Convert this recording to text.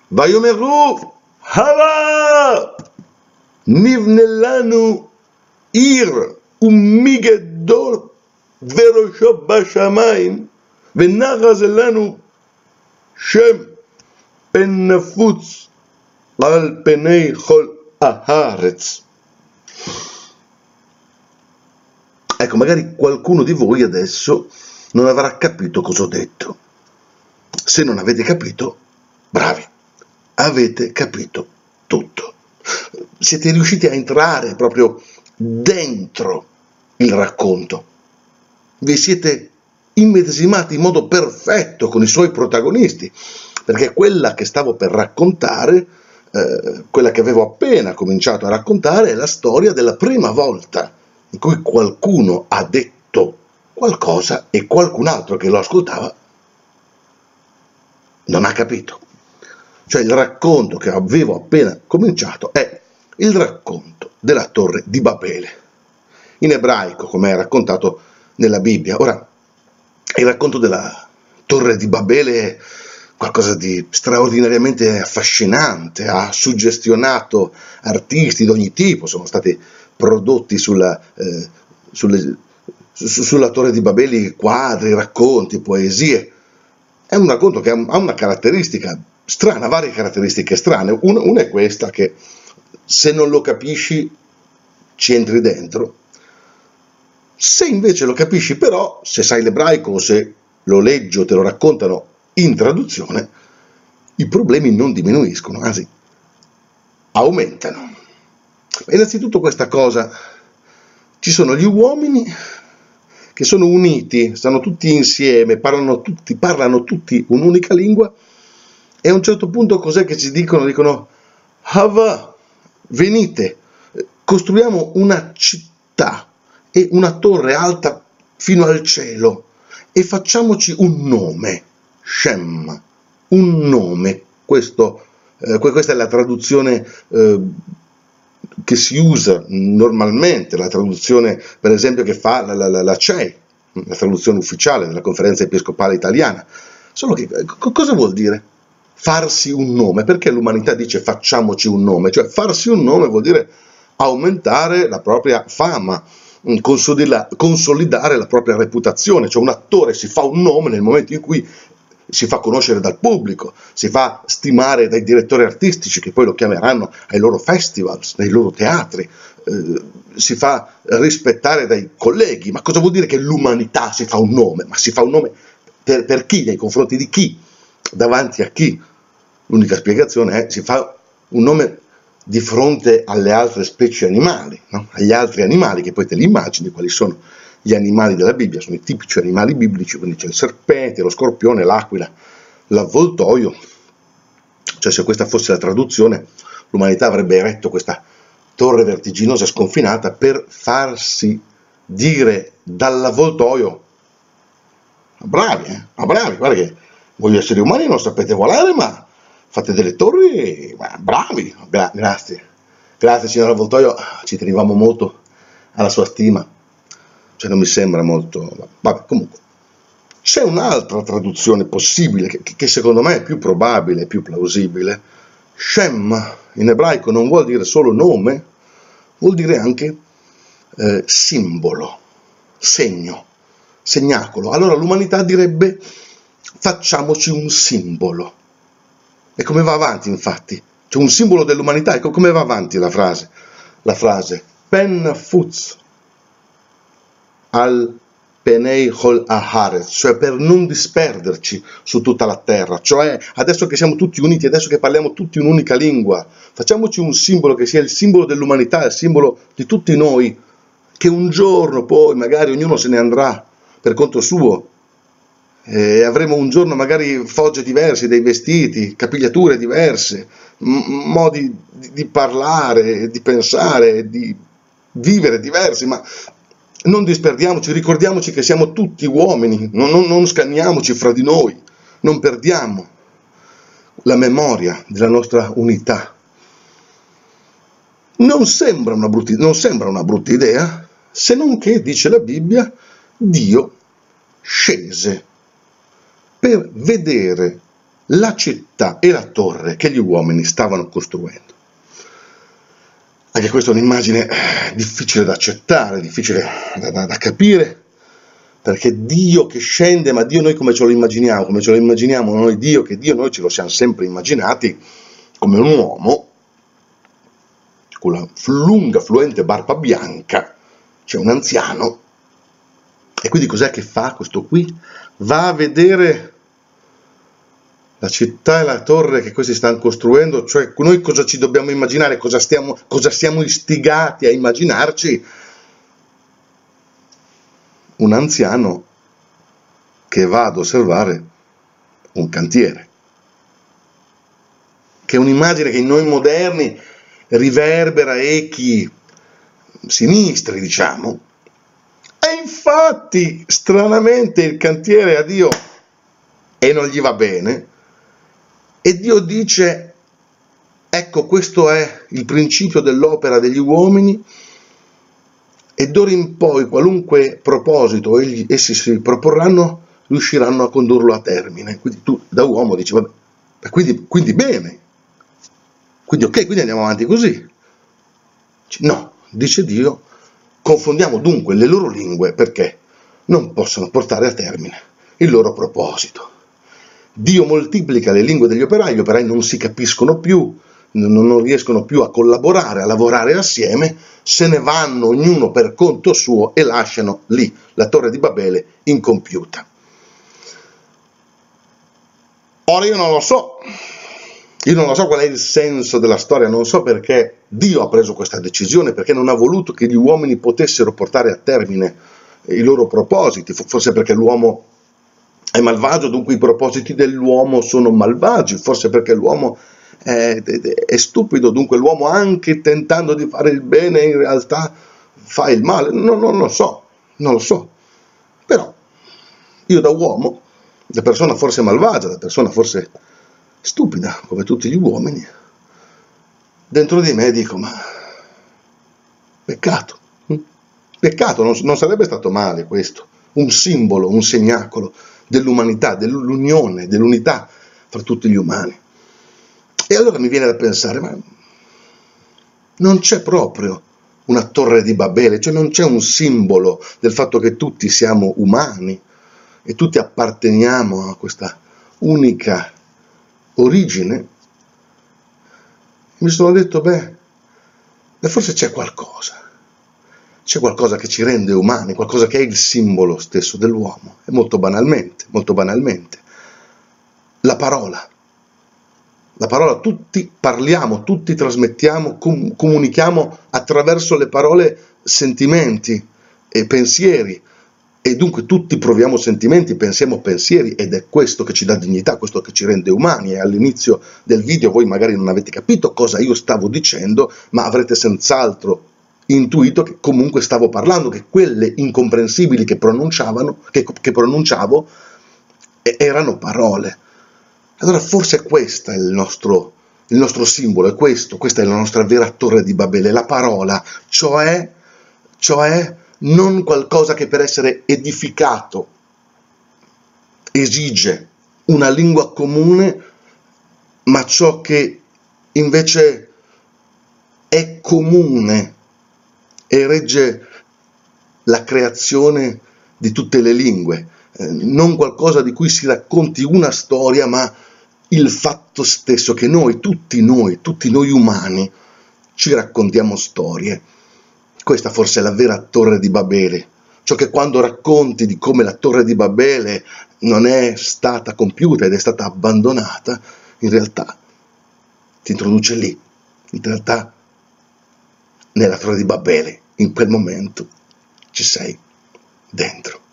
Vayomeru Hava Nivne lanu Ir Umigedol Verosho Bashamayim Venachas lanu Shem Pennafutz al Penei Chol Aharetz. Ecco, magari qualcuno di voi adesso non avrà capito cosa ho detto. Se non avete capito, bravi, avete capito tutto. Siete riusciti a entrare proprio dentro il racconto. Vi siete immedesimati in modo perfetto con i suoi protagonisti, perché quella che stavo per raccontare, quella che avevo appena cominciato a raccontare, è la storia della prima volta in cui qualcuno ha detto qualcosa e qualcun altro che lo ascoltava non ha capito. Cioè il racconto che avevo appena cominciato è il racconto della Torre di Babele, in ebraico come è raccontato nella Bibbia. Ora, il racconto della Torre di Babele è qualcosa di straordinariamente affascinante, ha suggestionato artisti di ogni tipo, sono stati prodotti sulla Torre di Babele quadri, racconti, poesie. È un racconto che ha una caratteristica strana, varie caratteristiche strane. Una è questa, che se non lo capisci ci entri dentro. Se invece lo capisci però, se sai l'ebraico o se lo leggi o te lo raccontano in traduzione, i problemi non diminuiscono, anzi aumentano. Innanzitutto questa cosa, ci sono gli uomini che sono uniti, stanno tutti insieme, parlano tutti un'unica lingua, e a un certo punto cos'è che ci dicono? Dicono: Hava, venite, costruiamo una città e una torre alta fino al cielo e facciamoci un nome, Shem, un nome. Questa è la traduzione che si usa normalmente, la traduzione per esempio che fa la CEI, la traduzione ufficiale della Conferenza Episcopale Italiana. Solo che cosa vuol dire farsi un nome? Perché l'umanità dice facciamoci un nome? Cioè farsi un nome vuol dire aumentare la propria fama, consolidare la propria reputazione. Cioè un attore si fa un nome nel momento in cui si fa conoscere dal pubblico, si fa stimare dai direttori artistici che poi lo chiameranno ai loro festivals, nei loro teatri, si fa rispettare dai colleghi. Ma cosa vuol dire che l'umanità si fa un nome? Ma si fa un nome per chi? Nei confronti di chi? Davanti a chi? L'unica spiegazione è: si fa un nome di fronte alle altre specie animali, no? Agli altri animali, che poi te li immagini quali sono gli animali della Bibbia. Sono i tipici animali biblici, quindi c'è il serpente, lo scorpione, l'aquila, l'avvoltoio. Cioè, se questa fosse la traduzione, l'umanità avrebbe eretto questa torre vertiginosa sconfinata per farsi dire dall'avvoltoio: bravi, bravi, guarda che voi esseri umani non sapete volare, ma fate delle torri, ma bravi, grazie signor avvoltoio, ci tenevamo molto alla sua stima. Cioè non mi sembra molto... Vabbè, comunque. C'è un'altra traduzione possibile, che secondo me è più probabile, più plausibile. Shem in ebraico non vuol dire solo nome, vuol dire anche simbolo, segno, segnacolo. Allora l'umanità direbbe: facciamoci un simbolo. E come va avanti, infatti? C'è un simbolo dell'umanità. Ecco come va avanti la frase. La frase pen fuz al penei chol aharetz, cioè per non disperderci su tutta la terra. Cioè, adesso che siamo tutti uniti, adesso che parliamo tutti un'unica lingua, facciamoci un simbolo che sia il simbolo dell'umanità, il simbolo di tutti noi, che un giorno poi magari ognuno se ne andrà per conto suo, e avremo un giorno magari fogge diverse dei vestiti, capigliature diverse, modi di parlare, di pensare, di vivere diversi, ma non disperdiamoci, ricordiamoci che siamo tutti uomini, non scanniamoci fra di noi, non perdiamo la memoria della nostra unità. Non sembra una brutta idea, se non che, dice la Bibbia, Dio scese per vedere la città e la torre che gli uomini stavano costruendo. Anche questa è un'immagine difficile da accettare, difficile da capire, perché Dio che scende, ma Dio noi come ce lo immaginiamo noi Dio, che Dio noi ce lo siamo sempre immaginati come un uomo, con la lunga fluente barba bianca, c'è un anziano, e quindi cos'è che fa questo qui? Va a vedere la città e la torre che questi stanno costruendo, cioè noi cosa ci dobbiamo immaginare, cosa siamo istigati a immaginarci? Un anziano che va ad osservare un cantiere, che è un'immagine che in noi moderni riverbera echi sinistri, diciamo, e infatti stranamente il cantiere a Dio e non gli va bene, e Dio dice: ecco, questo è il principio dell'opera degli uomini, e d'ora in poi qualunque proposito essi si proporranno riusciranno a condurlo a termine. Quindi tu da uomo dici: vabbè, quindi bene, quindi ok, quindi andiamo avanti così. No, dice Dio, confondiamo dunque le loro lingue, perché non possono portare a termine il loro proposito. Dio moltiplica le lingue degli operai, gli operai non si capiscono più, non riescono più a collaborare, a lavorare assieme, se ne vanno ognuno per conto suo e lasciano lì la torre di Babele incompiuta. Ora io non lo so qual è il senso della storia, non so perché Dio ha preso questa decisione, perché non ha voluto che gli uomini potessero portare a termine i loro propositi, forse perché l'uomo è malvagio, dunque i propositi dell'uomo sono malvagi, forse perché l'uomo è stupido, dunque l'uomo anche tentando di fare il bene in realtà fa il male, non lo so, però io da uomo, da persona forse malvagia, da persona forse stupida come tutti gli uomini, dentro di me dico: ma peccato, non sarebbe stato male questo, un simbolo, un segnacolo dell'umanità, dell'unione, dell'unità fra tutti gli umani. E allora mi viene da pensare: ma non c'è proprio una torre di Babele, cioè non c'è un simbolo del fatto che tutti siamo umani e tutti apparteniamo a questa unica origine? Mi sono detto: beh, forse c'è qualcosa che ci rende umani, qualcosa che è il simbolo stesso dell'uomo, e molto banalmente, la parola, tutti parliamo, tutti trasmettiamo, comunichiamo attraverso le parole sentimenti e pensieri, e dunque tutti proviamo sentimenti, pensiamo pensieri, ed è questo che ci dà dignità, questo che ci rende umani. E all'inizio del video voi magari non avete capito cosa io stavo dicendo, ma avrete senz'altro intuito che comunque stavo parlando, che quelle incomprensibili che pronunciavo erano parole. Allora forse questo è il nostro simbolo, è questa è la nostra vera torre di Babele, la parola, cioè non qualcosa che per essere edificato esige una lingua comune, ma ciò che invece è comune e regge la creazione di tutte le lingue, non qualcosa di cui si racconti una storia, ma il fatto stesso che tutti noi umani ci raccontiamo storie. Questa forse è la vera torre di Babele, ciò che quando racconti di come la torre di Babele non è stata compiuta ed è stata abbandonata, in realtà ti introduce lì, in realtà nella torre di Babele, in quel momento ci sei dentro.